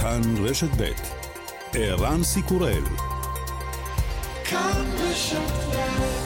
כאן רשת ב' ערן סיקורל. כאן רשת ב'.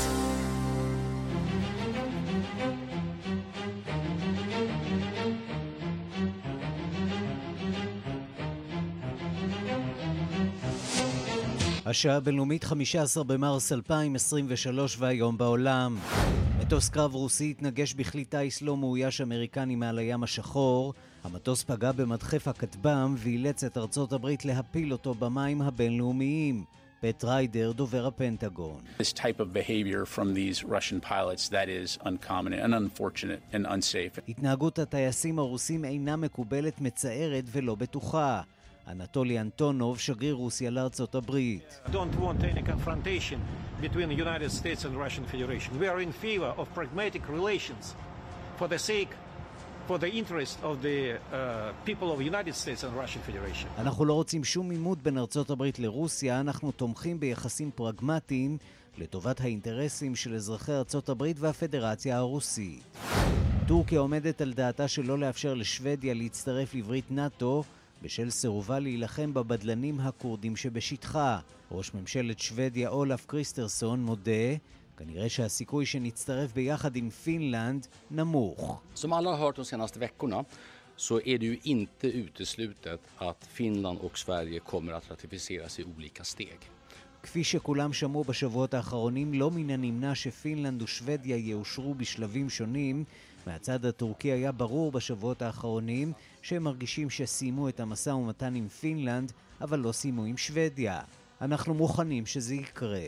השעה הבינלאומית 15 במרס 2023 והיום בעולם. מטוס קרב רוסי התנגש בכלי טיס לא מאויש אמריקני מעל הים השחור. המטוס פגע במדחף הכטב"ם ואילץ את ארצות הברית להפיל אותו במים הבינלאומיים. פט ריידר, דובר הפנטגון. This type of behavior from these Russian pilots that is uncommon and unfortunate and unsafe. התנהגות הטייסים הרוסים אינה מקובלת, מצערת ולא בטוחה. אנטולי אנטונוב, שגריר רוסיה לארצות הברית. Don't want any confrontation between the United States and Russian Federation. We are in favor of pragmatic relations for the sake, for the interest of the people of the United States and Russian Federation. אנחנו לא רוצים שום עימות בין ארצות הברית לרוסיה, אנחנו תומכים ביחסים פרגמטיים לטובת האינטרסים של אזרחי ארצות הברית והפדרציה הרוסית. טורקיה עומדת על דעתה שלא לאפשר לשוודיה להצטרף לברית נאטו, בשל סירובה להילחם בבדלנים הקורדים שבשטחה. ראש ממשלת שוודיה אולף קריסטרסון מודה, כנראה שהסיכוי שנצטרף ביחד עם פינלנד נמוך. Som alla har hört de senaste veckorna så är det ju inte uteslutet att Finland och Sverige kommer att ratificeras i olika steg. כפי שכולם שמעו בשבועות האחרונים, לא מן הנמנע שפינלנד ושוודיה יאושרו בשלבים שונים. מהצד הטורקי היה ברור בשבועות האחרונים שהם מרגישים שסיימו את המשא ומתן עם פינלנד, אבל לא סיימו עם שוודיה. אנחנו מוכנים שזה יקרה.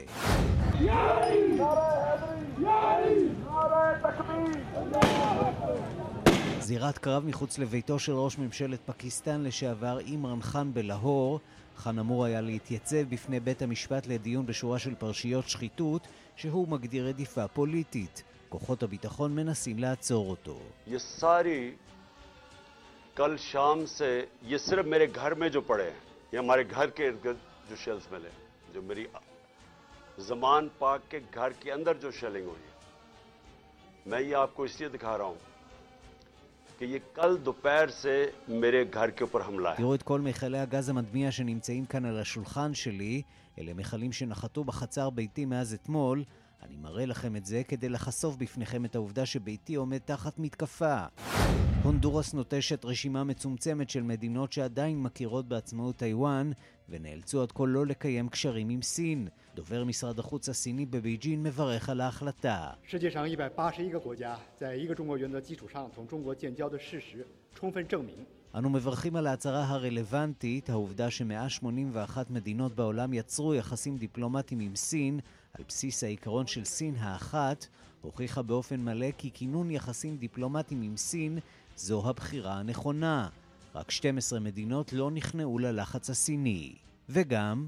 זירת קרב מחוץ לביתו של ראש ממשלת פקיסטן לשעבר אימרן חאן בלהור. חאן אמור היה להתייצב בפני בית המשפט לדיון בשורה של פרשיות שחיתות שהוא מגדיר רדיפה פוליטית. כוחות הביטחון מנסים לעצור אותו. ये सारी कल शाम से ये सिर्फ मेरे घर में जो पड़े हैं, ये हमारे घर के इर्द-गिर्द जो शेल्स मिले, जो मेरी ज़मान पाक के घर के अंदर जो शेलिंग हुई है, मैं ये आपको इसलिए दिखा रहा हूँ कि ये कल दोपहर से मेरे घर के ऊपर हमला है. תראו את כל מכלי הגז המדמיע שנמצאים כאן על השולחן שלי. אלה מכלים שנחתו בחצר ביתי מאז אתמול. אני מראה לכם את זה כדי לחשוף בפניכם את העובדה שביתי עומד תחת מתקפה. הונדורס נוטשת רשימה מצומצמת של מדינות שעדיין מכירות בעצמאות טיואן, ונאלצו עד כה לא לקיים קשרים עם סין. דובר משרד החוץ הסיני בבייג'ין מברך על ההחלטה. 世界上181个国家在一个中国原则基础上同中国建交的事实充分证明 אנו מברכים על ההצהרה הרלוונטית, העובדה ש181 מדינות בעולם יצרו יחסים דיפלומטיים עם סין, על בסיס העיקרון של סין האחת, הוכיחה באופן מלא כי כינון יחסים דיפלומטיים עם סין זו הבחירה הנכונה. רק 12 מדינות לא נכנעו ללחץ הסיני. וגם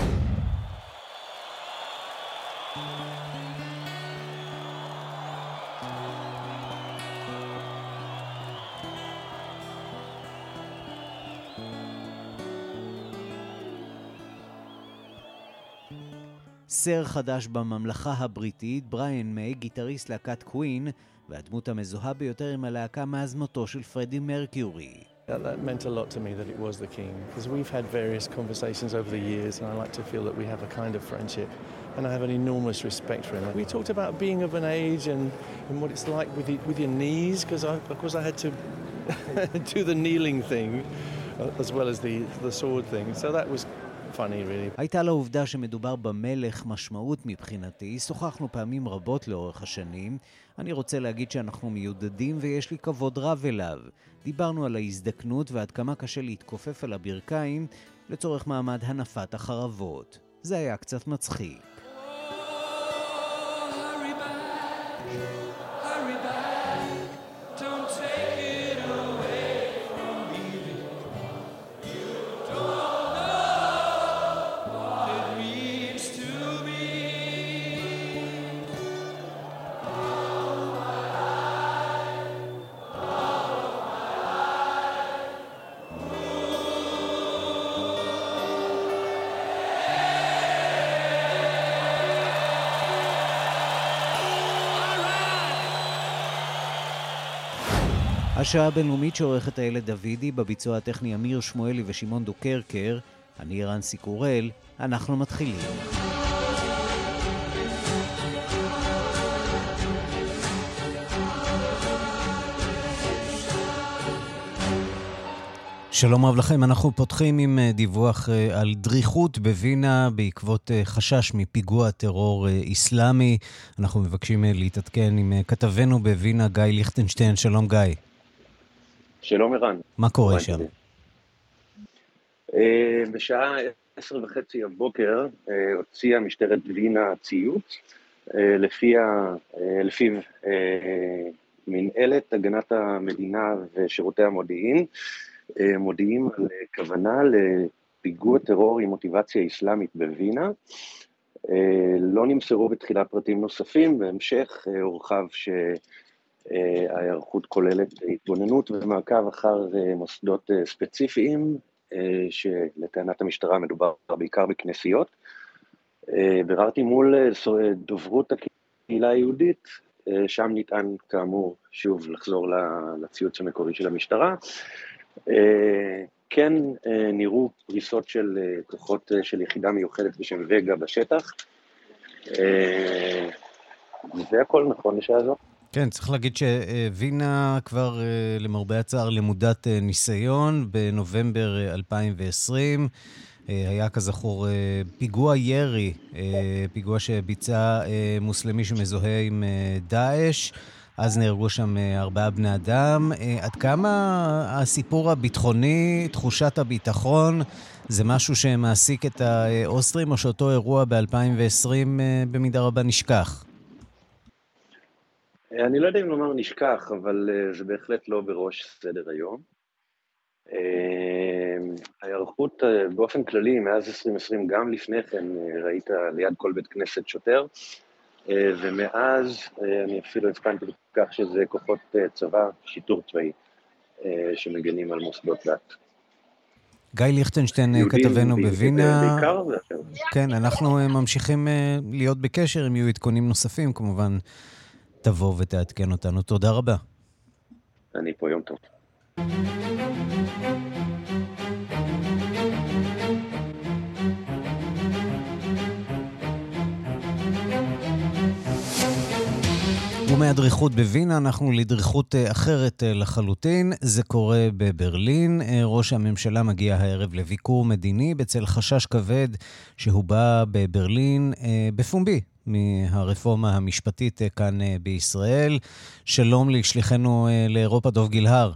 סר חדש בממלכה הבריטית, בריאן מיי, גיטריסט להקת קווין, והדמות המזוהה ביותר עם הלהקה מאז מותו של פרדי מרקיורי. That meant a lot to me that it was the king, because we've had various conversations over the years, and I like to feel that we have a kind of friendship, and I have an enormous respect for him. We talked about being of an age and what it's like with your knees, because of course I had to do the kneeling thing as well as the sword thing, so that was funny really. הייתה לעובדה שמדובר במלך משמעות מבחינתי. שוחחנו פעמים רבות לאורך השנים. אני רוצה להגיד שאנחנו מיודדים ויש לי כבוד רב אליו. דיברנו על ההזדקנות ועד כמה קשה להתכופף על הברכיים לצורך מעמד הנפת החרבות. זה היה קצת מצחיק. השעה הבינלאומית שעורכת איילת דוידי, בביצוע הטכני אמיר שמואלי ושמעון דוקרקר. אני רנסי קורל, אנחנו מתחילים. שלום רב לכם, אנחנו פותחים עם דיווח על דריכות בווינה בעקבות חשש מפיגוע טרור איסלאמי. אנחנו מבקשים להתעדכן עם כתבנו בווינה גיא ליכטנשטיין. שלום גיא. שלום ערן. מה קורה שם? בשעה 10:30 הבוקר הוציאה משטרת ווינה ציוץ, לפיו מנהלת הגנת המדינה ושירותי המודיעין מודיעים על כוונה לפיגוע טרור עם מוטיבציה איסלאמית בווינה. לא נמסרו בתחילה פרטים נוספים, בהמשך הורחב שההיערכות כוללת התבוננות ומעקב אחר מוסדות ספציפיים, שלטענת המשטרה מדובר בעיקר בכנסיות. ביררתי מול דוברות הקהילה היהודית, שם ניתן כאמור שוב לחזור לציוץ המקורי של המשטרה. כן נראו פריסות של כוחות של יחידה מיוחדת בשם וגה בשטח. זה הכל נכון לשעה זו. כן, צריך להגיד שווינה כבר למרבה הצער למודת ניסיון. בנובמבר 2020 היה כזכור פיגוע ירי, פיגוע שביצע מוסלמי שמזוהה עם דאעש. אז נהרגו שם 4 בני אדם. עד כמה הסיפור הביטחוני, תחושת הביטחון, זה משהו שמעסיק את האוסטרים, או שאותו אירוע ב-2020 במידה רבה נשכח? אני לא יודע אם לומר נשכח, אבל זה בהחלט לא בראש סדר היום. ההיערכות באופן כללי, מאז 2020, גם לפני כן, ראית ליד כל בית כנסת שוטר, ומאז אני אפילו הצפנתי בכך שזה כוחות צבא, שיטור צבאי, שמגנים על מוסדות דת. גיא ליכטנשטיין, כתבנו בווינה. בעיקר, כן, אנחנו ממשיכים להיות בקשר, אם יהיו עדכונים נוספים, כמובן תבוא ותעדכן אותנו. תודה רבה. אני פה, יום טוב. ומהדריכות בווינה אנחנו לדריכות אחרת לחלוטין. זה קורה בברלין. ראש הממשלה מגיע הערב לביקור מדיני בצל חשש כבד שהוא בא בברלין בפומבי מהרפורמה המשפטית כאן בישראל. שלום לשליחנו לאירופה דוב גילהר.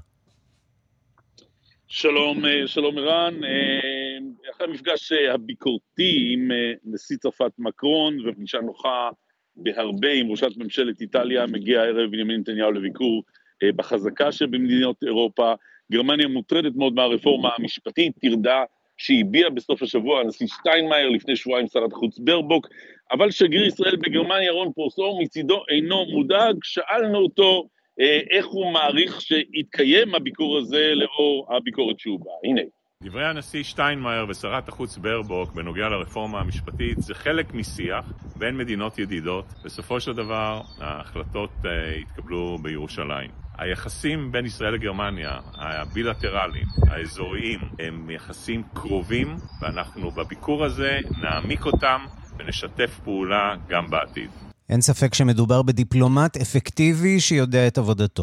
שלום ערן. אחרי המפגש הביקורתי עם נשיא צרפת מקרון ופגישה נוחה בהרבה עם ראשת ממשלת איטליה, מגיע הערב בנימין נתניהו לביקור בחזקה שבמדינות אירופה. גרמניה מוטרדת מאוד מהרפורמה המשפטית, תרדה שהביע בסוף השבוע הנשיא שטיינמאייר, לפני שבועיים שרת החוץ ברבוק, אבל שגריר ישראל בגרמניה רון פרוסור מצידו אינו מודאג. שאלנו אותו איך הוא מעריך שיתקיים הביקור הזה לאור הביקורת שהוא בא. הנה. דברי הנשיא שטיינמאייר ושרת החוץ ברבוק בנוגע לרפורמה המשפטית זה חלק משיח בין מדינות ידידות. בסופו של דבר ההחלטות התקבלו בירושלים. היחסים בין ישראל לגרמניה, הבילטרליים, האזוריים, הם יחסים קרובים, ואנחנו בביקור הזה נעמיק אותם ונשתף פעולה גם בעתיד. אין ספק שמדובר בדיפלומט אפקטיבי שיודע את עבודתו.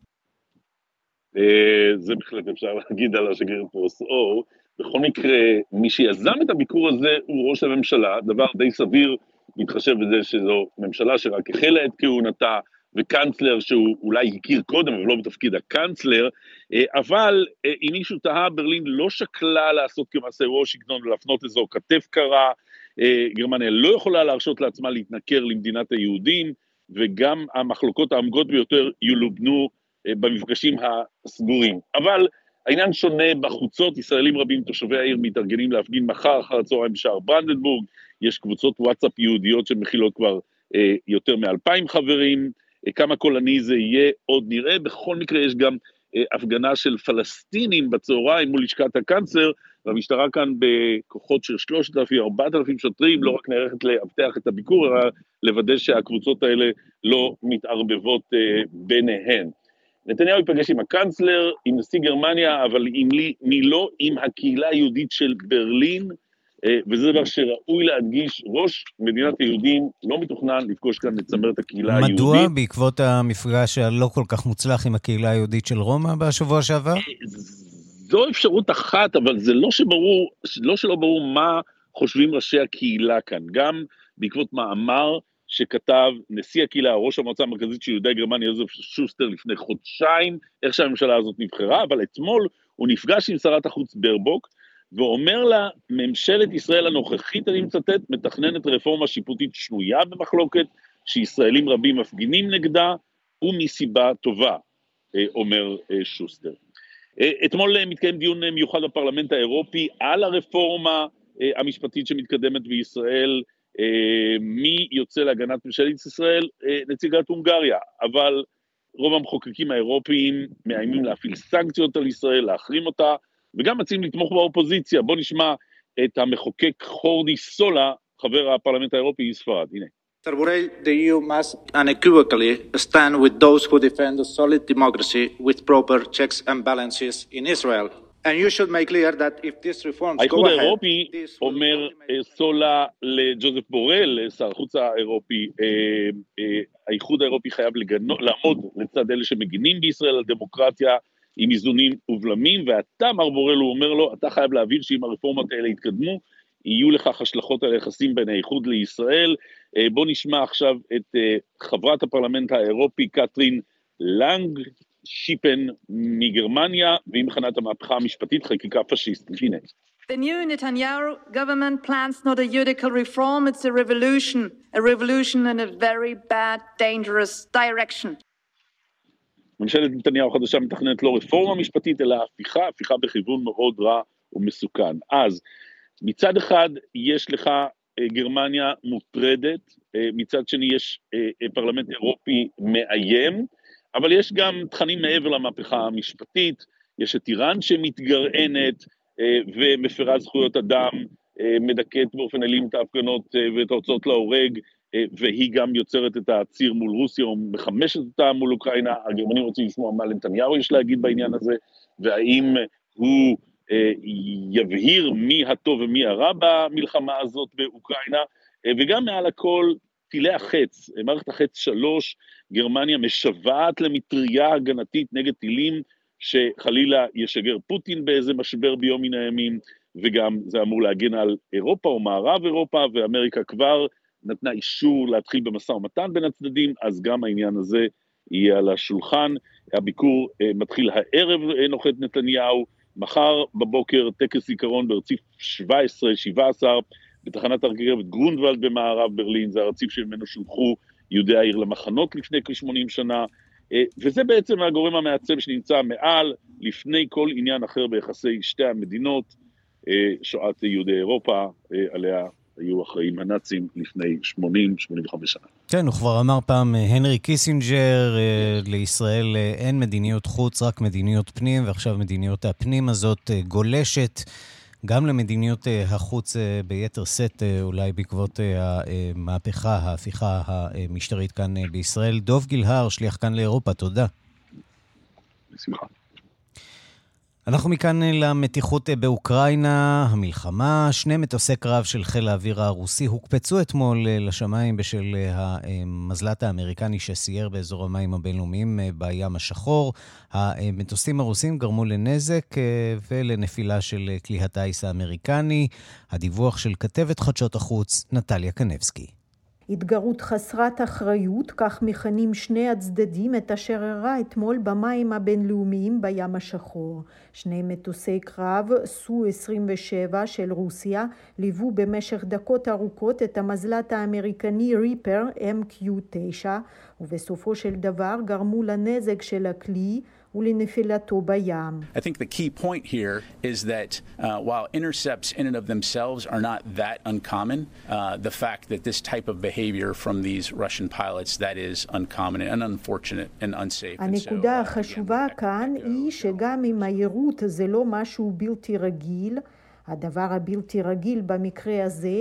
זה בהחלט אפשר להגיד על השגריר פרוסור. בכל מקרה, מי שיזם את הביקור הזה הוא ראש הממשלה, דבר די סביר מתחשב בזה שזו ממשלה שרק החלה את כהונתה, וקנצלר שהוא אולי הכיר קודם, אבל לא בתפקיד הקנצלר, אבל אם מישהו תהה, ברלין לא שקלה לעשות כמעשה וושינגטון ולהפנות אזור כתף קרה. גרמניה לא יכולה להרשות לעצמה להתנכר למדינת היהודים, וגם המחלוקות העמוקות ביותר ילובנו במפגשים הסגורים. אבל העניין שונה בחוצות. ישראלים רבים תושבי העיר מתארגנים להפגין מחר אחר הצהריים בשער ברנדנבורג. יש קבוצות וואטסאפ יהודיות שמכילות כבר יותר מ-2,000 חברים. כמה קולני זה יהיה עוד נראה. בכל מקרה יש גם הפגנה של פלסטינים בצהריים מול לשכת הקנצלר, והמשטרה כאן בכוחות של 3,000-4,000 שוטרים לא רק נערכת לאבטח את הביקור, אלא לוודא שהקבוצות האלה לא מתערבבות ביניהן. נתניהו ייפגש עם הקנצלר, עם נשיא גרמניה, אבל לא עם הקהילה היהודית של ברלין, וזה דבר שראוי להדגיש, ראש מדינת היהודים לא מתוכנן לפגוש כאן לצמרת הקהילה היהודית. מדוע? בעקבות המפגש הלא כל כך מוצלח עם הקהילה היהודית של רומא בשבוע שעבר? זו אפשרות אחת, אבל זה לא שלא ברור מה חושבים ראשי הקהילה כאן. גם בעקבות מאמר שכתב נשיא הקהילה, ראש המועצה המרכזית של יהודי גרמניה, יוזף שוסטר, לפני חודשיים, איך שהממשלה הזאת נבחרה, אבל אתמול הוא נפגש עם שרת החוץ ברבוק, ואומר לה, ממשלת ישראל הנוכחית, אני מצטט, מתכננת רפורמה שיפוטית שנויה במחלוקת, שישראלים רבים מפגינים נגדה, ומסיבה טובה, אומר שוסטר. אתמול מתקיים דיון מיוחד בפרלמנט האירופי, על הרפורמה המשפטית שמתקדמת בישראל, מי יוצא להגנת ממשלת ישראל? נציגת הונגריה, אבל רוב המחוקקים האירופיים מאיימים להפעיל סנקציות על ישראל, להחרים אותה, וגם מציעים לתמוך באופוזיציה. בוא נשמע את המחוקק חורדי סולה, חבר הפרלמנט האירופי ספרד. הנה. Mr. Borrell, the EU must unequivocally stand with those who defend a solid democracy with proper checks and balances in Israel. And you should make clear that if these reforms go ahead... האיחוד האירופי אומר סולה לג'וזף בורל, שר החוץ האירופי, האיחוד האירופי חייב לעמוד לצד אלה שמגינים בישראל על דמוקרטיה עם איזונים ובלמים, ואתה, מר בורל, הוא אומר לו, אתה חייב להבין שאם הרפורמות האלה יתקדמו, יהיו לכך השלכות על היחסים בין האיחוד לישראל. בוא נשמע עכשיו את חברת הפרלמנט האירופי, קטרין לנג, שיפן מגרמניה, והיא מכנת המהפכה המשפטית, חקיקה פשיסטית. הנה. The new Netanyahu government plans not a judicial reform, it's a revolution in a very bad, dangerous direction. ממשלת נתניהו החדשה מתכננת לא רפורמה משפטית, אלא הפיכה בכיוון מאוד רע ומסוכן. אז מצד אחד יש לך גרמניה מוטרדת, מצד שני יש פרלמנט אירופי מאיים, אבל יש גם תכנים מעבר למהפכה המשפטית, יש את איראן שמתגרענת ומפרה זכויות אדם, מדכאת באופן אלים את ההפגנות ואת ההוצאות להורג, והיא גם יוצרת את הציר מול רוסיה, או מחמשת אותה מול אוקראינה. הגרמנים רוצים לשמוע מה נתניהו יש להגיד בעניין הזה, והאם הוא יבהיר מי הטוב ומי הרע במלחמה הזאת באוקראינה, וגם מעל הכל טילי החץ, מערכת החץ 3, גרמניה משוועת למטריה הגנתית נגד טילים, שחלילה ישגר פוטין באיזה משבר ביום מן הימים, וגם זה אמור להגן על אירופה או מערב אירופה, ואמריקה כבר נתנה אישור להתחיל במשא ומתן בין הצדדים, אז גם העניין הזה יהיה על השולחן. הביקור מתחיל הערב, נוחת נתניהו, מחר בבוקר טקס זיכרון ברציף 17, בתחנת הרכבת גרונדוולד במערב ברלין, זה הרציף שממנו שולחו יהודי העיר למחנות לפני כ-80 שנה, וזה בעצם הגורם המעצב שנמצא מעל, לפני כל עניין אחר ביחסי שתי המדינות, שואת יהודי אירופה, עליה היו אחראים הנאצים לפני 80-85 שנה. כן, הוא כבר אמר פעם, הנרי קיסינג'ר, לישראל אין מדיניות חוץ, רק מדיניות פנים, ועכשיו מדיניות הפנים הזאת גולשת, גם למדיניות החוץ ביתר סט, אולי בעקבות המהפכה, ההפיכה המשטרית כאן בישראל. דוב גילהר, שליח כאן לאירופה, תודה. בשמחה. אנחנו מכאן למתיחות באוקראינה, המלחמה. 2 מטוסי קרב של חיל האוויר הרוסי הוקפצו אתמול לשמיים בשל המזל"ט האמריקני שסייר באזור המים הבינלאומיים בים השחור. המטוסים הרוסים גרמו לנזק ולנפילה של כלי הטייס האמריקני. הדיווח של כתבת חדשות החוץ, נטליה קנבסקי. התגרות חסרת אחריות, כך מכנים שני הצדדים את אשר אירע אתמול במים הבינלאומיים בים השחור. 2 מטוסי קרב, סו-27 של רוסיה, ליוו במשך דקות ארוכות את המזל"ט האמריקני ריפר MQ-9, ובסופו של דבר גרמו לנזק של הכלי ולנפילתו בים. I think the key point here is that while intercepts in and of themselves are not that uncommon, the fact that this type of behavior from these Russian pilots that is uncommon and unfortunate and unsafe. הנקודה החשובה כאן היא שגם אם מהירות זה לא משהו בלתי רגיל, הדבר הבלתי רגיל במקרה הזה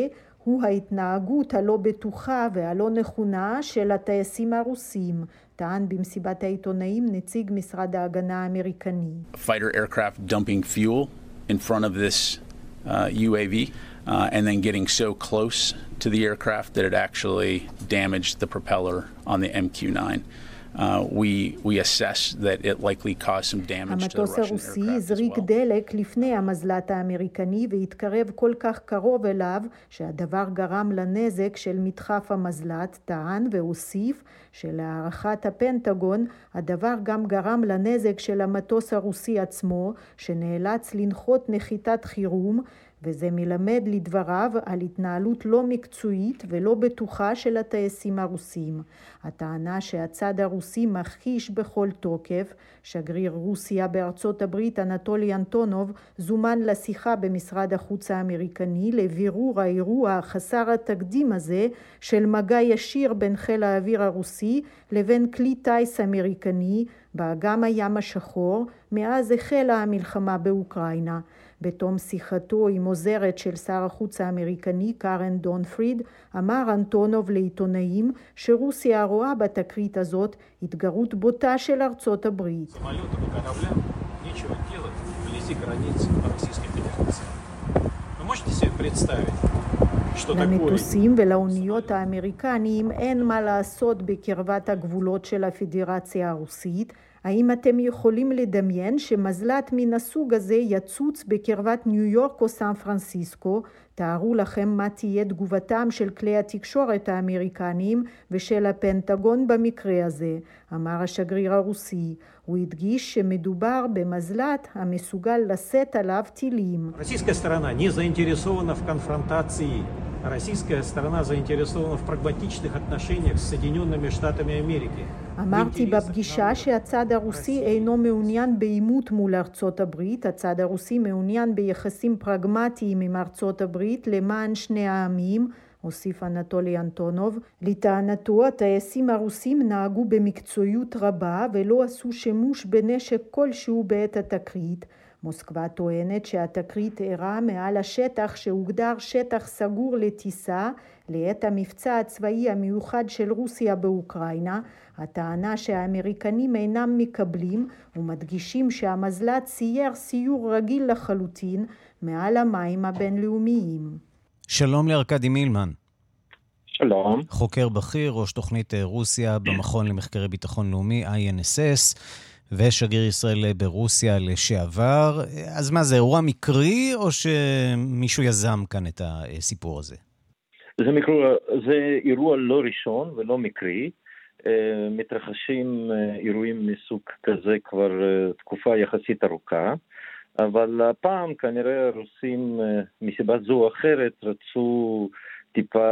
הוא ההתנהגות הלא בטוחה והלא נכונה של הטייסים הרוסים, טען במסיבת העיתונאים נציג משרד ההגנה האמריקני. Fighter aircraft dumping fuel in front of this UAV and then getting so close to the aircraft that it actually damaged the propeller on the MQ-9. We assess that it likely caused some damage to the המטוס Russian הרוסי aircraft as הזריק well. דלק לפני המזל"ט האמריקני והתקרב כל כך קרוב אליו שהדבר גרם לנזק של מדחף המזל"ט, טען והוסיף שלהערכת הפנטגון הדבר גם גרם לנזק של המטוס הרוסי עצמו שנאלץ לנחות נחיתת חירום, וזה מלמד לדבריו על התנהלות לא מקצועית ולא בטוחה של הטייסים הרוסים. הטענה שהצד הרוסי מכחיש בכל תוקף, שגריר רוסיה בארצות הברית אנטולי אנטונוב זומן לשיחה במשרד החוץ האמריקני לבירור האירוע חסר התקדים הזה של מגע ישיר בין חיל האוויר הרוסי לבין כלי טייס אמריקני באגם הים השחור מאז החלה המלחמה באוקראינה. בתום שיחתו עם עוזרת של שר החוץ האמריקני קארן דונפריד, אמר אנטונוב לעיתונאים שרוסיה רואה בתקרית הזאת התגרות בוטה של ארצות הברית. למטוסים ולאוניות האמריקניים אין מה לעשות בקרבת הגבולות של הפדרציה הרוסית. האם אתם יכולים לדמיין שמזל"ט מן הסוג הזה יצוץ בקרבת ניו יורק או סן פרנסיסקו? תארו לכם מה תהיה תגובתם של כלי התקשורת האמריקניים ושל הפנטגון במקרה הזה, אמר השגריר הרוסי. הוא הדגיש שמדובר במזל"ט המסוגל לשאת עליו טילים. Российская сторона не заинтересована в конфронтации. Российская сторона заинтересована в прагматичных отношениях с Соединенными Штатами Америки. אמרתי בפגישה שהצד הרוסי אינו מעוניין בעימות מול ארצות הברית, הצד הרוסי מעוניין ביחסים פרגמטיים עם ארצות הברית למען שני העמים, הוסיף אנטולי אנטונוב. לטענתו, הטייסים הרוסים נהגו במקצועיות רבה ולא עשו שימוש בנשק כלשהו בעת התקרית. מוסקבה טוענת שהתקרית אירעה מעל השטח שהוגדר שטח סגור לטיסה לעת המבצע הצבאי המיוחד של רוסיה באוקראינה, הטענה שהאמריקנים אינם מקבלים ומדגישים שהמזל"ט סייר סיור רגיל לחלוטין מעל המים הבינלאומיים. שלום לארקדי מילמן. שלום. חוקר בכיר, ראש תוכנית רוסיה במכון למחקרי ביטחון לאומי, INSS, ושגריר ישראל ברוסיה לשעבר. אז מה, זה אירוע מקרי או שמישהו יזם כאן את הסיפור הזה? זה אירוע לא ראשון ולא מקרי. מתרחשים אירועים מסוג כזה כבר תקופה יחסית ארוכה, אבל הפעם כנראה הרוסים מסיבה זו או אחרת רצו טיפה,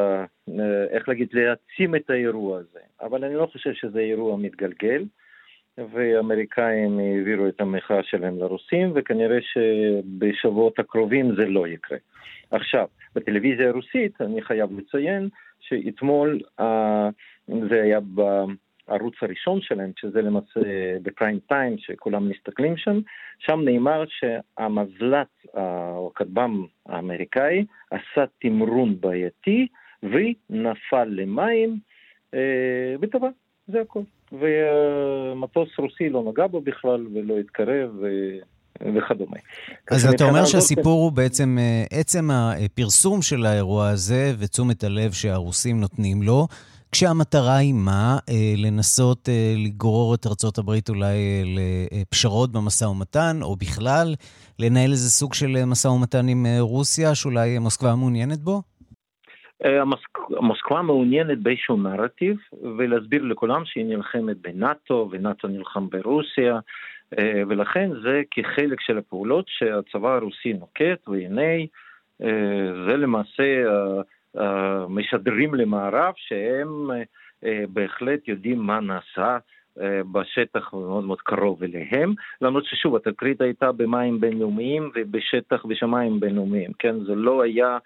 להעצים את האירוע הזה. אבל אני לא חושב שזה אירוע מתגלגל, ואמריקאים העבירו את המחאה שלהם לרוסים, וכנראה שבשבועות הקרובים זה לא יקרה. עכשיו, בטלוויזיה הרוסית אני חייב לציין שאתמול זה היה בערוץ הראשון שלהם, שזה למעשה בפריים טיים, שכולם מסתכלים שם נאמר שהמזל"ט או הכטב"ם האמריקאי עשה תמרון בעייתי ונפל למים בטבע, זה הכל. ומטוס רוסי לא נגע בו בכלל ולא התקרב וכדומה. אז אתה אומר שהסיפור הוא בעצם עצם הפרסום של האירוע הזה ותשומת הלב שהרוסים נותנים לו, כשהמטרה היא מה? לנסות לגרור את ארצות הברית אולי לפשרות במשא ומתן, או בכלל לנהל איזה סוג של משא ומתן עם רוסיה שאולי מוסקבה מעוניינת בו? מוסקבה מעוניינת באיזשהו נרטיב, ולהסביר לכולם שהיא נלחמת בנאטו, ונאטו נלחם ברוסיה, ולכן זה כחלק של הפעולות שהצבא הרוסי נוקט, והנה זה למעשה משדרים למערב שהם בהחלט יודעים מה נעשה בשטח מאוד מאוד קרוב אליהם, למרות ששוב התקרית הייתה במים בינלאומיים ובשטח ושמיים בינלאומיים, כן, זה לא היה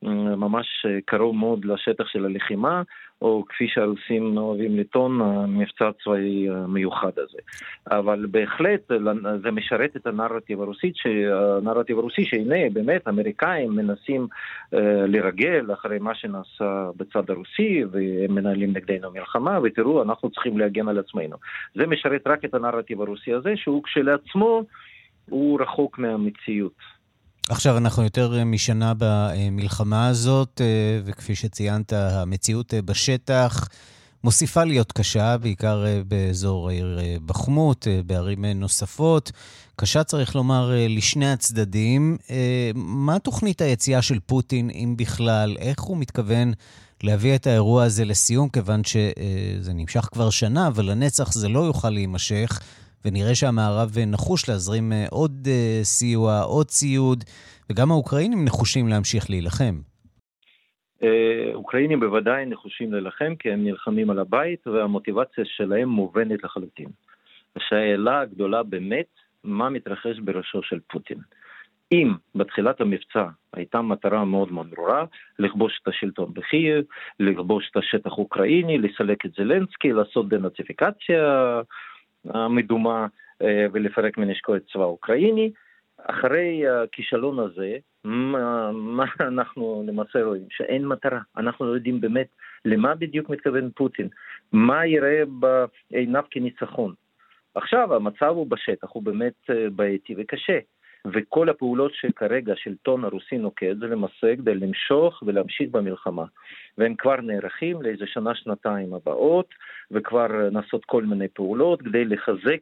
ממש קרוב מאוד לשטח של הלחימה, או כפי שהרוסים אוהבים לטעון, המבצע הצבאי מיוחד הזה. אבל בהחלט זה משרת את הנרטיב הרוסי, שהנה באמת האמריקאים מנסים לרגל אחרי מה שנעשה בצד הרוסי, והם מנהלים נגדנו מלחמה, ותראו, אנחנו צריכים להגן על עצמנו. זה משרת רק את הנרטיב הרוסי הזה, שהוא כשלעצמו הוא רחוק מהמציאות. עכשיו אנחנו יותר משנה במלחמה הזאת, וכפי שציינת, המציאות בשטח מוסיפה להיות קשה, בעיקר באזור העיר בחמות, בערים נוספות. קשה צריך לומר לשני הצדדים. מה תוכנית היציאה של פוטין, אם בכלל? איך הוא מתכוון להביא את האירוע הזה לסיום, כיוון שזה נמשך כבר שנה, אבל לנצח זה לא יוכל להימשך, ונראה שהמערב נחוש להזרים עוד סיוע, עוד ציוד, וגם האוקראינים נחושים להמשיך להילחם. אוקראינים בוודאי נחושים להילחם, כי הם נלחמים על הבית, והמוטיבציה שלהם מובנת לחלוטין. השאלה הגדולה באמת, מה מתרחש בראשו של פוטין. אם בתחילת המבצע הייתה מטרה מאוד מאוד ברורה, לכבוש את השלטון בקייב, לכבוש את השטח אוקראיני, לסלק את זלנסקי, לעשות דנאציפיקציה המדומה ולפרק מנשקו את צבא אוקראיני, אחרי הכישלון הזה, מה אנחנו למעשה רואים? שאין מטרה. אנחנו לא יודעים באמת למה בדיוק מתכוון פוטין, מה יראה בעיניו כניצחון. עכשיו המצב הוא בשטח, הוא באמת בעייתי וקשה, וכל הפעולות שכרגע השלטון הרוסי נוקט זה למעשה כדי למשוך ולהמשיך במלחמה, והם כבר נערכים לאיזה שנה-שנתיים הבאות, וכבר נעשות כל מיני פעולות כדי לחזק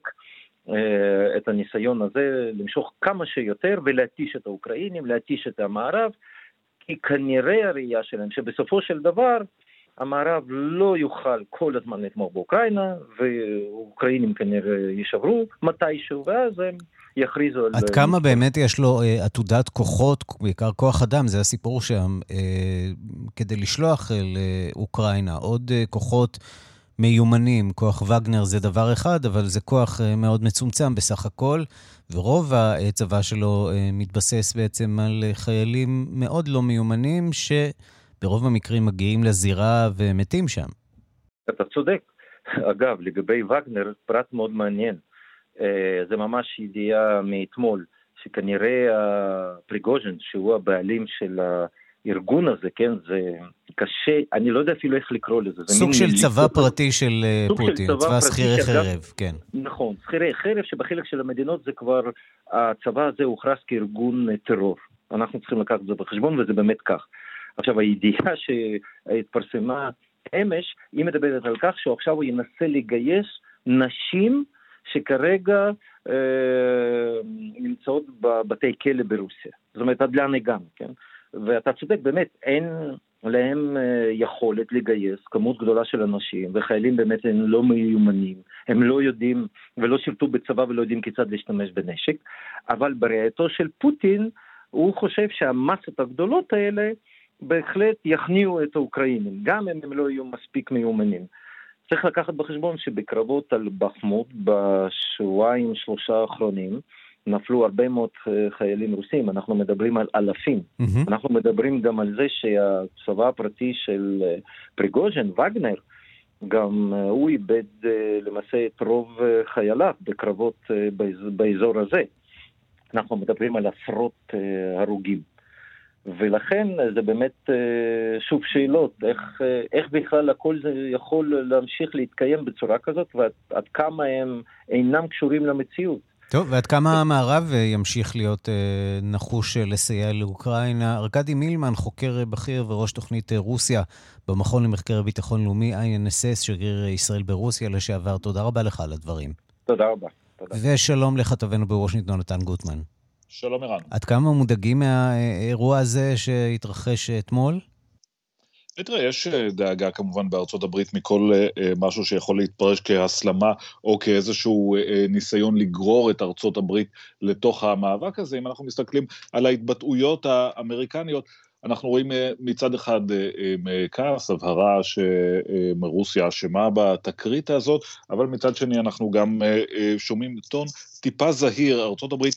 את הניסיון הזה, למשוך כמה שיותר ולהתיש את האוקראינים, להתיש את המערב, כי כנראה הראייה שלהם שבסופו של דבר המערב לא יוכל כל הזמן לתמוך באוקראינה, ואוקראינים כנראה ישברו מתישהו, ואז הם יכריזו על... עד כמה באמת יש לו עתודת כוחות, בעיקר כוח אדם, זה הסיפור שם, כדי לשלוח לאוקראינה עוד כוחות מיומנים, כוח וגנר זה דבר אחד, אבל זה כוח מאוד מצומצם בסך הכל, ורוב הצבא שלו מתבסס בעצם על חיילים מאוד לא מיומנים, שברוב המקרים מגיעים לזירה ומתים שם. אתה צודק. אגב, לגבי וגנר, פרט מאוד מעניין. זה ממש ידיעה מאתמול, שכנראה פריגוז'ין, שהוא הבעלים של הארגון הזה, כן, זה קשה, אני לא יודע אפילו איך לקרוא לזה. סוג של צבא פרטי של פוטין, צבא שכירי חרב, כן. נכון, שכירי חרב, שבחלק של המדינות זה כבר, הצבא הזה הוכרז כארגון טרור. אנחנו צריכים לקחת את זה בחשבון, וזה באמת כך. עכשיו, הידיעה שהתפרסמה אמש, היא מדברת על כך שעכשיו הוא ינסה לגייס נשים שכרגע נמצאות בבתי כלא ברוסיה. זאת אומרת, עד לאן הגענו, כן? ואתה צודק, באמת, אין להם יכולת לגייס כמות גדולה של אנשים, וחיילים באמת הם לא מיומנים, הם לא יודעים, ולא שירתו בצבא ולא יודעים כיצד להשתמש בנשק, אבל בראייתו של פוטין, הוא חושב שהמסות הגדולות האלה בהחלט יכניעו את האוקראינים, גם אם הם לא יהיו מספיק מיומנים. צריך לקחת בחשבון שבקרבות על בחמות בשבועיים שלושה האחרונים נפלו הרבה מאוד חיילים רוסים, אנחנו מדברים על אלפים. אנחנו מדברים גם על זה שהצבא הפרטי של פריגוז'ין, וגנר, גם הוא איבד למעשה את רוב חייליו בקרבות באזור הזה. אנחנו מדברים על עשרות הרוגים. ולכן זה באמת שוב שאלות, איך בכלל הכל זה יכול להמשיך להתקיים בצורה כזאת, ועד כמה הם אינם קשורים למציאות. טוב, ועד כמה המערב ימשיך להיות נחוש לסייע לאוקראינה. ארקדי מילמן, חוקר בכיר וראש תוכנית רוסיה במכון למחקר ביטחון לאומי, INSS, שגריר ישראל ברוסיה לשעבר. תודה רבה לך על הדברים. תודה רבה. ושלום לכתבנו בוושינגטון, נתן גוטמן. שלום ערן. עד כמה מודאגים מהאירוע הזה שהתרחש אתמול? תראה, יש דאגה כמובן בארצות הברית מכל משהו שיכול להתפרש כהסלמה או כאיזשהו ניסיון לגרור את ארצות הברית לתוך המאבק הזה. אם אנחנו מסתכלים על ההתבטאויות האמריקניות, אנחנו רואים מצד אחד כעס, הבהרה שמרוסיה אשמה בתקרית הזאת, אבל מצד שני אנחנו גם שומעים טון טיפה זהיר. ארצות הברית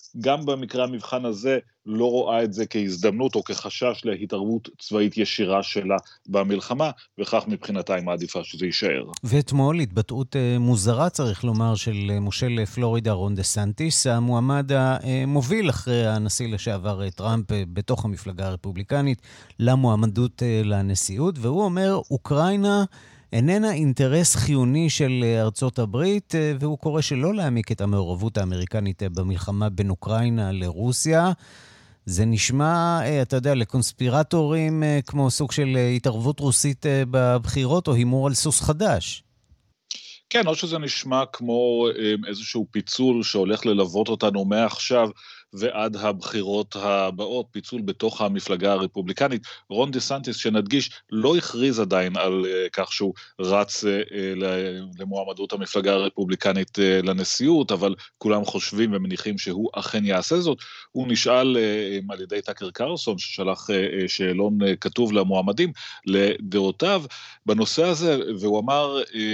גם במקרה המבחן הזה לא רואה את זה כהזדמנות או כחשש להתערבות צבאית ישירה שלה במלחמה, וכך מבחינתה היא מעדיפה שזה יישאר. ואתמול התבטאות מוזרה, צריך לומר, של מושל פלורידה רון דה סנטיס, המועמד המוביל אחרי הנשיא לשעבר טראמפ בתוך המפלגה הרפובליקנית למועמדות לנשיאות, והוא אומר, אוקראינה איננה אינטרס חיוני של ארצות הברית, והוא קורא שלא להעמיק את המעורבות האמריקנית במלחמה בין אוקראינה לרוסיה. זה נשמע, אתה יודע, לקונספירטורים כמו סוג של התערבות רוסית בבחירות או הימור על סוס חדש. כן, או שזה נשמע כמו איזשהו פיצול שהולך ללוות אותנו מעכשיו ועד הבחירות הבאות, פיצול בתוך המפלגה הרפובליקנית. רון דה סנטיס, שנדגיש, לא הכריז עדיין על כך שהוא רץ למועמדות המפלגה הרפובליקנית לנשיאות, אבל כולם חושבים ומניחים שהוא אכן יעשה זאת. הוא נשאל על ידי טאקר קרלסון, ששלח שאלון כתוב למועמדים, לדעותיו בנושא הזה, והוא אמר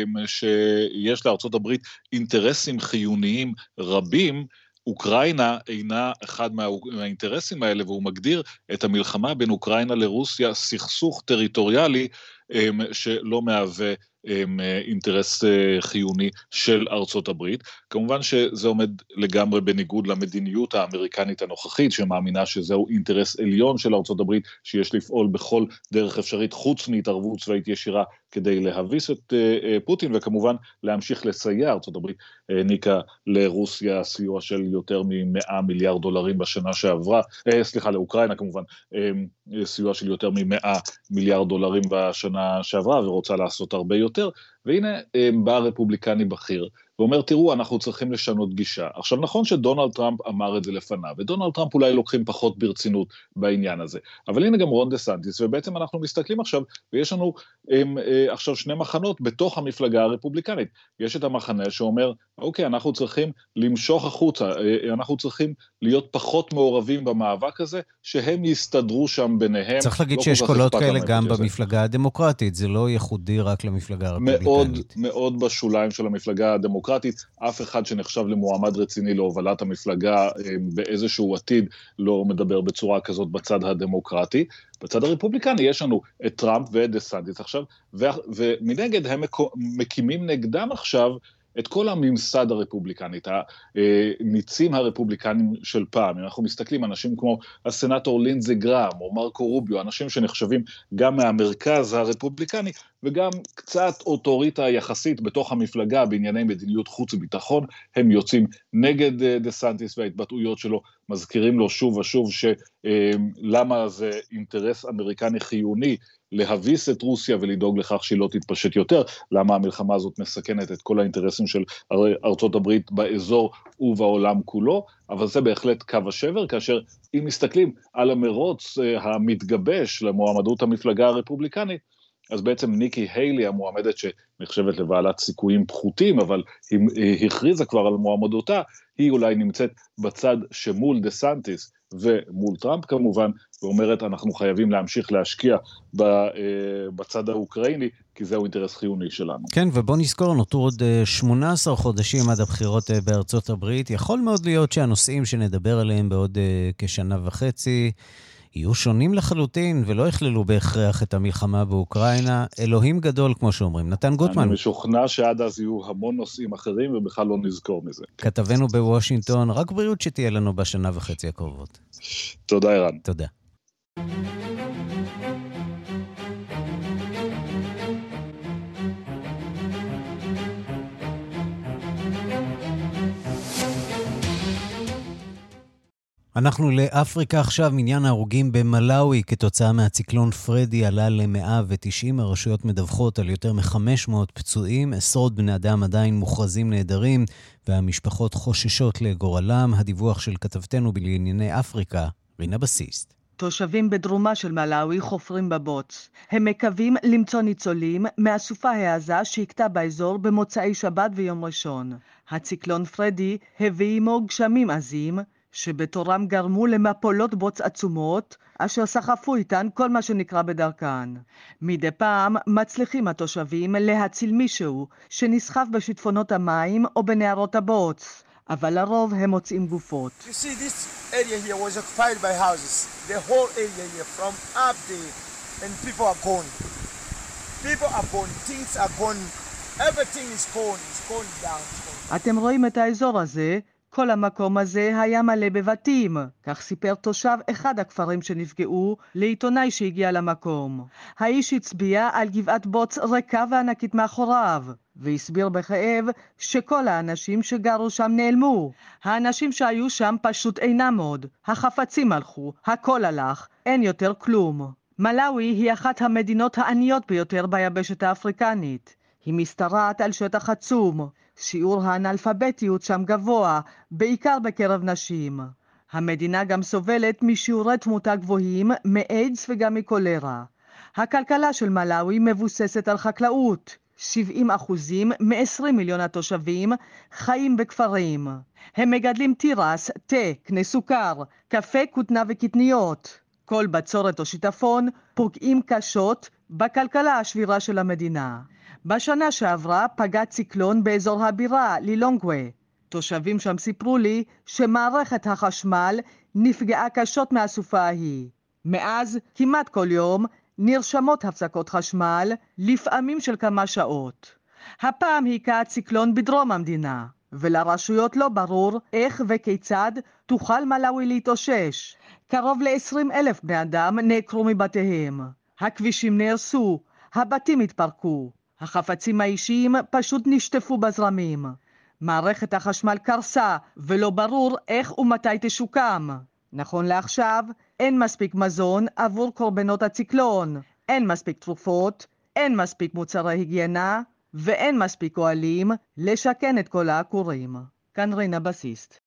שיש לארצות הברית אינטרסים חיוניים רבים, אוקראינה אינה אחד מהאינטרסים האלה, והוא מגדיר את המלחמה בין אוקראינה לרוסיה סכסוך טריטוריאלי שלא מהווה אינטרס חיוני של ארצות הברית. כמובן שזה עומד לגמרי בניגוד למדיניות האמריקנית הנוכחית, שמאמינה שזהו אינטרס עליון של ארצות הברית, שיש לפעול בכל דרך אפשרית חוץ מהתערבות צבאית ישירה כדי להביס את פוטין, וכמובן להמשיך לסייע. ארצות הברית העניקה לרוסיה סיוע של יותר מ$100 מיליארד בשנה שעברה, לאוקראינה כמובן, סיוע של יותר מ$100 מיליארד בשנה שעברה, ורוצה לעשות הרבה יותר. והנה בא רפובליקני בכיר ואומר, תראו, אנחנו צריכים לשנות גישה. עכשיו, נכון שדונלד טראמפ אמר את זה לפניו, ודונלד טראמפ אולי לוקחים פחות ברצינות בעניין הזה, אבל הנה גם רון דה סנטיס, ובעצם אנחנו מסתכלים עכשיו, ויש לנו עכשיו שני מחנות בתוך המפלגה הרפובליקנית. יש את המחנה שאומר, אוקיי, אנחנו צריכים למשוך החוצה, אנחנו צריכים להיות פחות מעורבים במאבק הזה, שהם יסתדרו שם ביניהם. צריך להגיד שיש קולות כאלה גם במפלגה הדמוקרטית, זה לא ייחודי רק למפלגה הרפובליקנית. מאוד מאוד בשוליים של המפלגה הדמוקרטית, אף אחד שנחשב למועמד רציני להובלת המפלגה באיזשהו עתיד לא מדבר בצורה כזאת בצד הדמוקרטי. בצד הרפובליקני יש לנו את טראמפ ואת דה סנטיס עכשיו, ומנגד הם מקימים נגדם עכשיו את כל הממסד הרפובליקני, את הניצים הרפובליקנים של פעם. אנחנו מסתכלים, אנשים כמו הסנטור לינדזי גראם או מרקו רוביו, אנשים שנחשבים גם מהמרכז הרפובליקני, וגם קצת אוטוריטה יחסית בתוך המפלגה בענייני מדיניות חוץ וביטחון, הם יוצאים נגד דה סנטיס וההתבטאויות שלו, מזכירים לו שוב ושוב שלמה זה אינטרס אמריקני חיוני להביס את רוסיה ולדאוג לכך שהיא לא תתפשט יותר, למה המלחמה הזאת מסכנת את כל האינטרסים של ארצות הברית באזור ובעולם כולו, אבל זה בהחלט קו השבר, כאשר אם מסתכלים על המרוץ המתגבש למועמדות המפלגה הרפובליקנית, אז בעצם ניקי היילי, המועמדת שנחשבת לבעלת סיכויים פחותים, אבל היא הכריזה כבר על מועמדותה, היא אולי נמצאת בצד שמול דה סנטיס ומול טראמפ כמובן, ואומרת אנחנו חייבים להמשיך להשקיע בצד האוקראיני, כי זהו אינטרס חיוני שלנו. כן, ובוא נזכור, נותרו עוד 18 חודשים עד הבחירות בארצות הברית. יכול מאוד להיות שהנושאים שנדבר עליהם בעוד כשנה וחצי יהיו שונים לחלוטין, ולא יכללו בהכרח את המלחמה באוקראינה. אלוהים גדול, כמו שאומרים. נתן גוטמן. אני משוכנע שעד אז יהיו המון נושאים אחרים, ובכלל לא נזכור מזה. כתבנו בוושינגטון, רק בריאות שתהיה לנו בשנה וחצי הקרובות. תודה, ערן. תודה. אנחנו לאפריקה עכשיו. מניין ההרוגים במלאווי כתוצאה מהציקלון פרדי עלה ל-190, הרשויות מדווחות על יותר מ-500 פצועים, עשרות בני אדם עדיין מוכרזים נהדרים, והמשפחות חוששות לגורלם. הדיווח של כתבתנו בענייני אפריקה, רינה בסיסט. תושבים בדרומה של מלאווי חופרים בבוץ. הם מקווים למצוא ניצולים מהסופה העזה שהכתה באזור במוצאי שבת ויום ראשון. הציקלון פרדי הביא עמו גשמים עזים, שבתורם גרמו למפולות בוץ עצומות, אשר סחפו איתן כל מה שנקרא בדרכן. מדי פעם מצליחים התושבים להציל מישהו שנסחף בשיטפונות המים או בנהרות הבוץ, אבל לרוב הם מוצאים גופות. You see, this area here was occupied by houses. The whole area here from up there, and people are gone. People are gone, things are gone, everything is gone, it's gone down. אתם רואים את האזור הזה? כל המקום הזה היה מלא בבתים, כך סיפר תושב אחד הכפרים שנפגעו לעיתונאי שהגיע למקום. האיש הצביע על גבעת בוץ ריקה וענקית מאחוריו, והסביר בכאב שכל האנשים שגרו שם נעלמו. האנשים שהיו שם פשוט אינם עוד, החפצים הלכו, הכל הלך, אין יותר כלום. מלאווי היא אחת המדינות העניות ביותר ביבשת האפריקנית. היא משתרעת על שטח עצום. שיעור האנאלפביתיות שם גבוה, בעיקר בקרב נשים. המדינה גם סובלת משיעורי תמותה גבוהים, מאיידס וגם מקולרה. הכלכלה של מלאווי מבוססת על חקלאות. 70% מ-20 מיליון התושבים חיים בכפרים. הם מגדלים תירס, תה, קנה סוכר, קפה, כותנה וקטניות. כל בצורת או שיטפון פוגעים קשות בכלכלה השבירה של המדינה. בשנה שעברה פגע ציקלון באזור הבירה, לילונגווי. תושבים שם סיפרו לי שמערכת החשמל נפגעה קשות מהסופה ההיא. מאז, כמעט כל יום, נרשמות הפסקות חשמל, לפעמים של כמה שעות. הפעם היכה הציקלון בדרום המדינה, ולרשויות לא ברור איך וכיצד תוכל מלאווי להתאושש. קרוב ל-20,000 בני אדם נעקרו מבתיהם. הכבישים נהרסו, הבתים התפרקו. החפצים האישיים פשוט נשטפו בזרמים. מערכת החשמל קרסה, ולא ברור איך ומתי תשוקם. נכון לעכשיו, אין מספיק מזון עבור קורבנות הציקלון. אין מספיק תרופות, אין מספיק מוצרי היגיינה, ואין מספיק אוהלים לשכן את כל העקורים. כאן רינה בסיסט.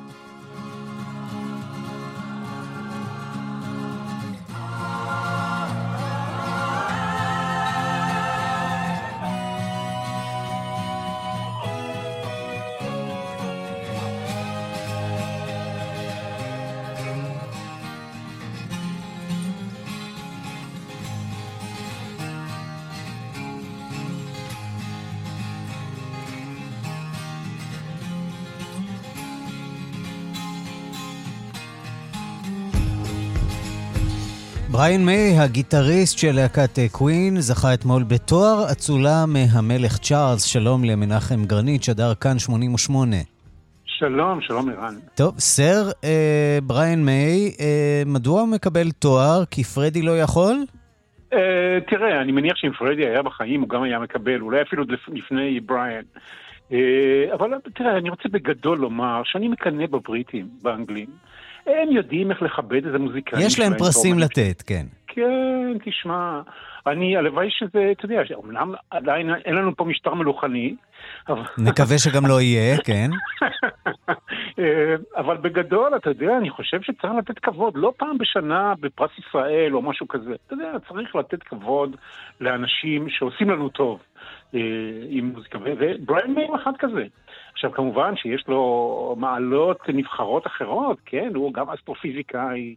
בריאן מיי, הגיטריסט של להקת קווין, זכה אתמול בתואר אצולה מהמלך צ'ארלס. שלום למנחם גרנית, שדר כאן 88. שלום, שלום ערן. טוב, סר בריאן מיי, מדוע הוא מקבל תואר? כי פרדי לא יכול? תראה, אני מניח שאם פרדי היה בחיים הוא גם היה מקבל, אולי אפילו לפני בריאן. אבל תראה, אני רוצה בגדול לומר שאני מקנא בבריטים, באנגלים. הם יודעים איך לכבד איזה מוזיקאים. יש להם פרסים לתת, כן. כן, תשמע, הלוואי שזה, אתה יודע, אומנם עדיין אין לנו פה משטר מלוכני. נקווה שגם לא יהיה, כן. אבל בגדול, אתה יודע, אני חושב שצריך לתת כבוד, לא פעם בשנה בפרס ישראל או משהו כזה. אתה יודע, צריך לתת כבוד לאנשים שעושים לנו טוב עם מוזיקה, ובריאן מיי אחד כזה. עכשיו, כמובן שיש לו מעלות נבחרות אחרות, כן? הוא גם אסטרופיזיקאי,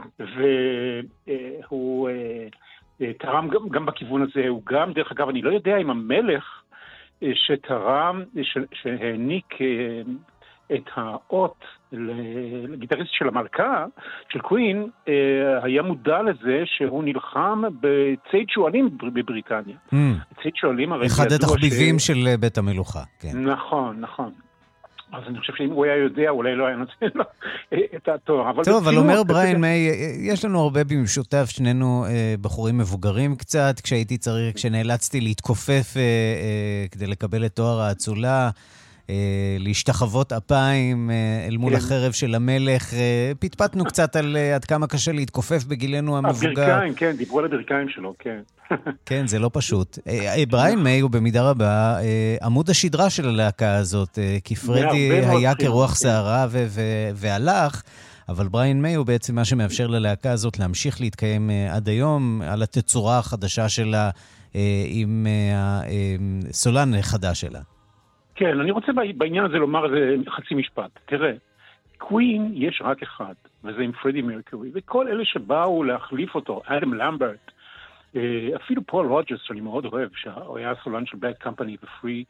והוא תרם גם בכיוון הזה. הוא גם, דרך אגב, אני לא יודע אם המלך שתרם, שהעניק את האות לגיטריסט של המלכה, של קווין, היה מודע לזה שהוא נלחם בציד שואלים בבריטניה. ציד שואלים הרי... אחד התחביבים של בית המלוכה, כן. נכון, נכון. אז אני חושב שאם הוא היה יודע, אולי לא היה נותן לו את התואר. טוב, אבל אומר בריאן מיי, יש לנו הרבה במשותף, שנינו בחורים מבוגרים קצת, כשנאלצתי להתכופף כדי לקבל את תואר האצולה, להשתחוות אפיים אל מול החרב של המלך, פטפטנו קצת על עד כמה קשה להתכופף בגילנו המבוגר. הברכיים, כן, דיברו על הברכיים שלו, כן. כן, זה לא פשוט. בריאן מיי הוא במידה רבה עמוד השדרה של הלהקה הזאת, כי פרדי היה כרוח שערה והלך, אבל בריאן מיי הוא בעצם מה שמאפשר ללהקה הזאת להמשיך להתקיים עד היום, על התצורה החדשה שלה, עם הסולן החדש שלה. כן, אני רוצה בעניין הזה לומר חצי משפט. תראה, קווין יש רק אחד, וזה עם פרדי מרקורי, וכל אלה שבאו להחליף אותו, אדם למברט, אפילו פול רוג'רס, שאני מאוד אוהב, שהוא היה הסולן של בד קמפני ופרי,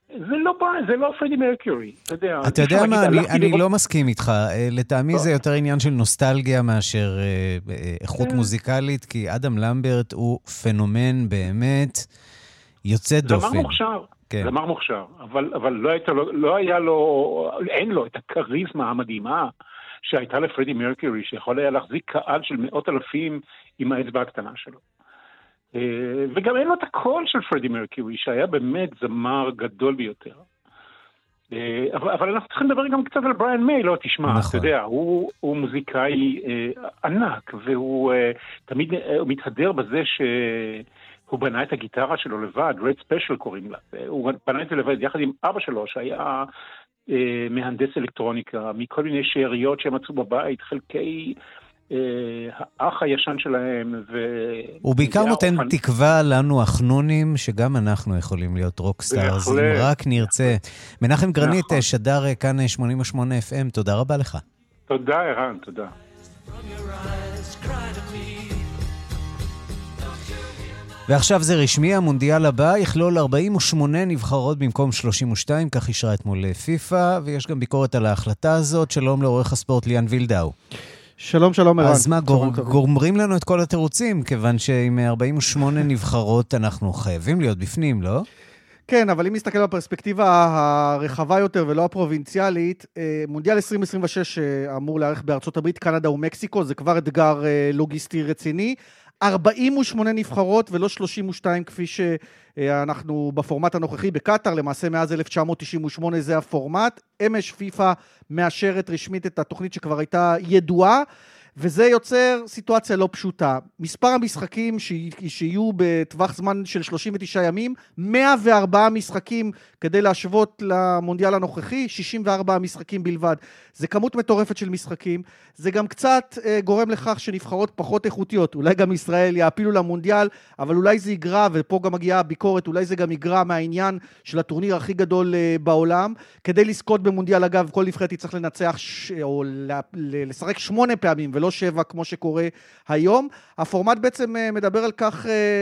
זה לא פרדי מרקיורי, אתה יודע. אתה יודע מה, אני לא מסכים איתך. לטעמי זה יותר עניין של נוסטלגיה מאשר איכות מוזיקלית, כי אדם למברט הוא פנומן באמת יוצא דופן. זמר מוכשר, אבל אין לו את הקריזמה המדהימה שהייתה לפרדי מרקיורי, שיכול היה להחזיק קהל של מאות אלפים עם האצבע הקטנה שלו. וגם אין לו את הקול של פרדי מרקיורי, שהיה באמת זמר גדול ביותר. אבל אנחנו צריכים לדבר גם קצת על בריאן מיי, לא תשמע, אתה יודע, הוא מוזיקאי ענק, והוא תמיד מתהדר בזה שהוא בנה את הגיטרה שלו לבד, Red Special קוראים לה, הוא בנה את זה לבד יחד עם אבא שלו, שהיה מהנדס אלקטרוניקה, מכל מיני שאריות שהם מצאו בבית, חלקי האח הישן שלהם. הוא בעיקר נותן תקווה לנו החנונים, שגם אנחנו יכולים להיות רוקסטארס, אם רק נרצה. מנחם גרנית, שדר כאן 88 FM, תודה רבה לך. תודה ערן, תודה. ועכשיו זה רשמי, המונדיאל הבא יכלול 48 נבחרות במקום 32, כך אישרה אתמול פיפה, ויש גם ביקורת על ההחלטה הזאת. שלום לעורך הספורט ליאן וילדאו. שלום, שלום ערן. אז מה, גומרים לנו את כל התירוצים, כיוון שעם 48 נבחרות אנחנו חייבים להיות בפנים, לא? כן, אבל אם נסתכל בפרספקטיבה הרחבה יותר ולא הפרובינציאלית, מונדיאל 2026 אמור לערך בארצות הברית, קנדה ומקסיקו, זה כבר אתגר לוגיסטי רציני. 48 נבחרות ולא 32 כפי שאנחנו בפורמט הנוכחי בקטר, למעשה מאז 1998 זה הפורמט. אמש פיפה מאשרת רשמית את התוכנית שכבר הייתה ידועה, וזה יוצר סיטואציה לא פשוטה. מספר המשחקים שיהיו בטווח זמן של 39 ימים, 104 משחקים כדי להשוות למונדיאל הנוכחי, 64 משחקים בלבד. זה כמות מטורפת של משחקים, זה גם קצת גורם לכך שנבחרות פחות איכותיות, אולי גם ישראל יעפילו למונדיאל, אבל אולי זה יגרע, ופה גם מגיעה הביקורת, אולי זה גם יגרע מהעניין של הטורניר הכי גדול בעולם. כדי לזכות במונדיאל, אגב, כל נבחרת צריך לנצח או לשחק 8 פעמים ולא 7 כמו שקורה היום. הפורמט בעצם מדבר על כך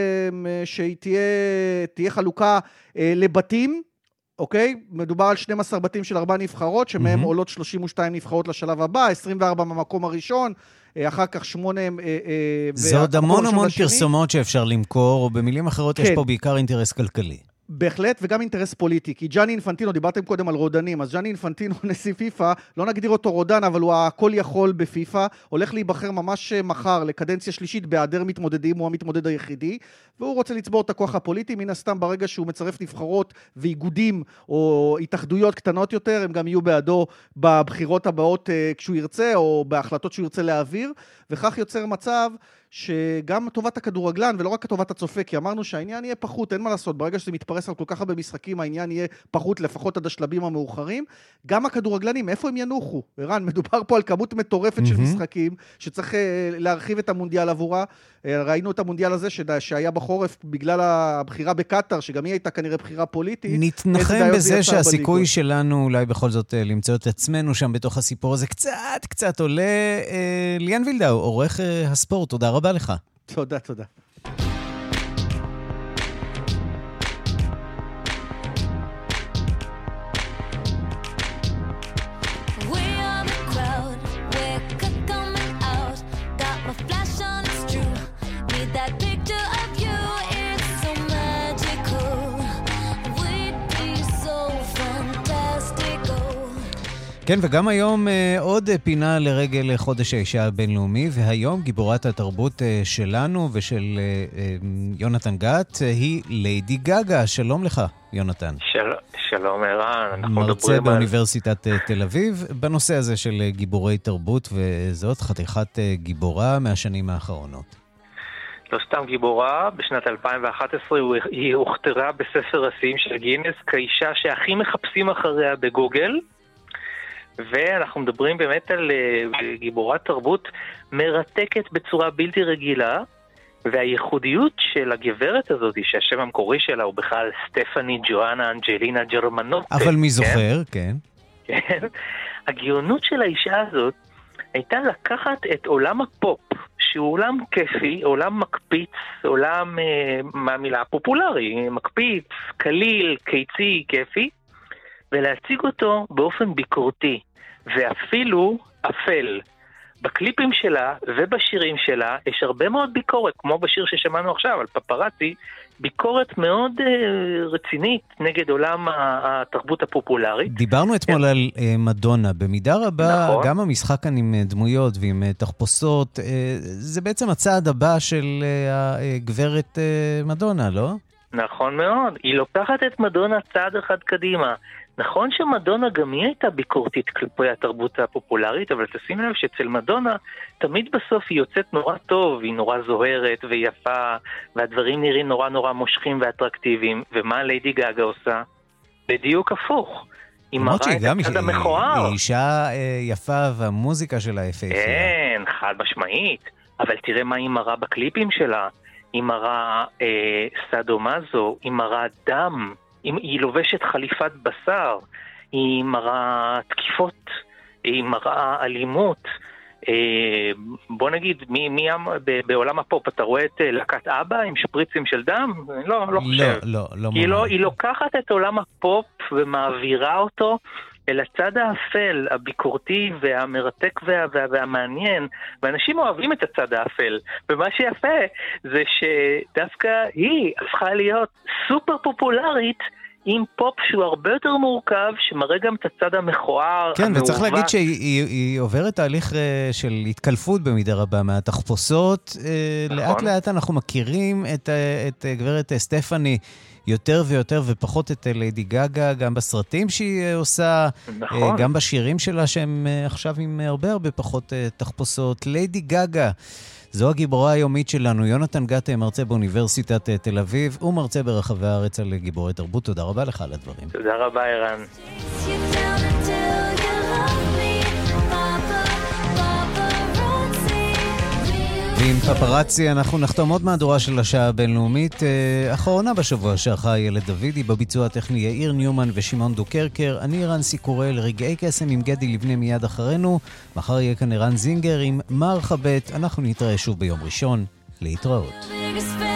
שהיא תהיה חלוקה לבתים, אוקיי? מדובר על 12 בתים של 4 נבחרות, שמהם עולות 32 נבחרות לשלב הבא, 24 במקום הראשון, אחר כך 8... זה עוד המון פרסומות שאפשר למכור, או במילים אחרות יש פה בעיקר אינטרס כלכלי. בהחלט, וגם אינטרס פוליטי, כי ג'אני אינפנטינו, דיברתם קודם על רודנים, אז ג'אני אינפנטינו, נשיא פיפה, לא נגדיר אותו רודן, אבל הוא הכל יכול בפיפה, הולך להיבחר ממש מחר לקדנציה שלישית בהיעדר מתמודדים, הוא המתמודד היחידי, והוא רוצה לצבור את הכוח הפוליטי, מן הסתם ברגע שהוא מצרף נבחרות ואיגודים או התאחדויות קטנות יותר, הם גם יהיו בעדו בבחירות הבאות כשהוא ירצה, או בהחלטות שהוא ירצה להעביר, וכך יוצר מצב שגם טובת הכדורגלן ולא רק טובת הצופה, כי אמרנו שהעניין יהיה פחות, אין מה לעשות, ברגע שזה מתפרס על כל כך הרבה משחקים, העניין יהיה פחות לפחות עד השלבים המאוחרים. גם הכדורגלנים, איפה הם ינוחו? ערן, מדובר פה על כמות מטורפת של משחקים, שצריך להרחיב את המונדיאל עבורה. ראינו את המונדיאל הזה שהיה בחורף בגלל הבחירה בקטר, שגם היא הייתה כנראה בחירה פוליטית. נתנחם בזה שהסיכוי שלנו אולי בכל זאת למצוא את עצמנו שם בתוך הסיפור הזה קצת עולה. ליאן וילדאו, עורך הספורט, תודה רבה לך. תודה. כן, וגם היום עוד פינה לרגל חודש האישה הבינלאומי, והיום גיבורת התרבות שלנו ושל יונתן גת היא ליידי גגה. שלום לך, יונתן. שלום ערן. מרצה באוניברסיטת תל אביב בנושא הזה של גיבורי תרבות, וזאת חתיכת גיבורה מהשנים האחרונות. לא סתם גיבורה, בשנת 2011 היא הוכתרה בספר השיאים של גינס כאישה שהכי מחפשים אחריה בגוגל, ואנחנו מדברים באמת על גיבורת תרבות מרתקת בצורה בלתי רגילה, והייחודיות של הגברת הזאת, שהשם המקורי שלה הוא בכלל סטפני ג'ואנה אנג'לינה ג'רמנוטה. אבל מי זוכר, כן. כן. הגאונות של האישה הזאת הייתה לקחת את עולם הפופ, שהוא עולם כיפי, עולם מקפיץ, עולם מהמילה פופולרי, מקפיץ, קליל, קיצי, כיפי, ולהציג אותו באופן ביקורתי, ואפילו אפל. בקליפים שלה ובשירים שלה יש הרבה מאוד ביקורת, כמו בשיר ששמענו עכשיו על פפרצי, ביקורת מאוד רצינית נגד עולם התרבות הפופולרית. דיברנו אתמול על מדונה, במידה רבה נכון. גם המשחק כאן עם דמויות ועם תחפושות, זה בעצם הצעד הבא של הגברת מדונה, לא? נכון מאוד, היא לוקחת את מדונה צעד אחד קדימה. נכון שמדונה גם היא הייתה ביקורתית כלפי התרבות הפופולרית, אבל תשים לב שאצל מדונה תמיד בסוף היא יוצאת נורא טוב, היא נורא זוהרת ויפה, והדברים נראים נורא נורא מושכים ואטרקטיביים. ומה ליידי גאגה עושה? בדיוק הפוך. היא מראה את הצד המכוער. היא אישה יפה והמוזיקה שלה יפה. כן, חד משמעית. אבל תראה מה היא מראה בקליפים שלה. היא מראה סאדו-מאזו, היא מראה דם. היא לובשת חליפת בשר, היא מראה תקיפות, היא מראה אלימות. בוא נגיד, בעולם הפופ אתה רואה את להקת אבא עם שפריצים של דם? לא חושב. היא לוקחת את עולם הפופ ומעבירה אותו אל הצד האפל, הביקורתי והמרתק והמעניין, ואנשים אוהבים את הצד האפל. ומה שיפה זה שדווקא היא הפכה להיות סופר פופולרית עם פופ שהוא הרבה יותר מורכב, שמראה גם את הצד המכוער. כן, וצריך להגיד שהיא עוברת תהליך של התקלפות במידה רבה מהתחפושות. לאט לאט אנחנו מכירים את גברת סטפני יותר ויותר ופחות את ליידי גאגה, גם בסרטים שהיא עושה, נכון. גם בשירים שלה שהם עכשיו עם הרבה פחות תחפושות. ליידי גאגה, זו הגיבורה היומית שלנו. יונתן גטה, מרצה באוניברסיטת תל אביב, ומרצה ברחבי הארץ על גיבורי תרבות. תודה רבה לך על הדברים. תודה רבה, ערן. ועם פפרצי אנחנו נחתום עוד מהדורה של השעה הבינלאומית, אחרונה בשבוע שערכה ילד דוידי, בביצוע הטכני יאיר ניומן ושמעון דוקרקר. אני ערן סיקורל, רגעי קסם עם גדי לבנה מיד אחרינו. מחר יהיה כאן ערן זינגר עם מרחבת. אנחנו נתראה שוב ביום ראשון. להתראות.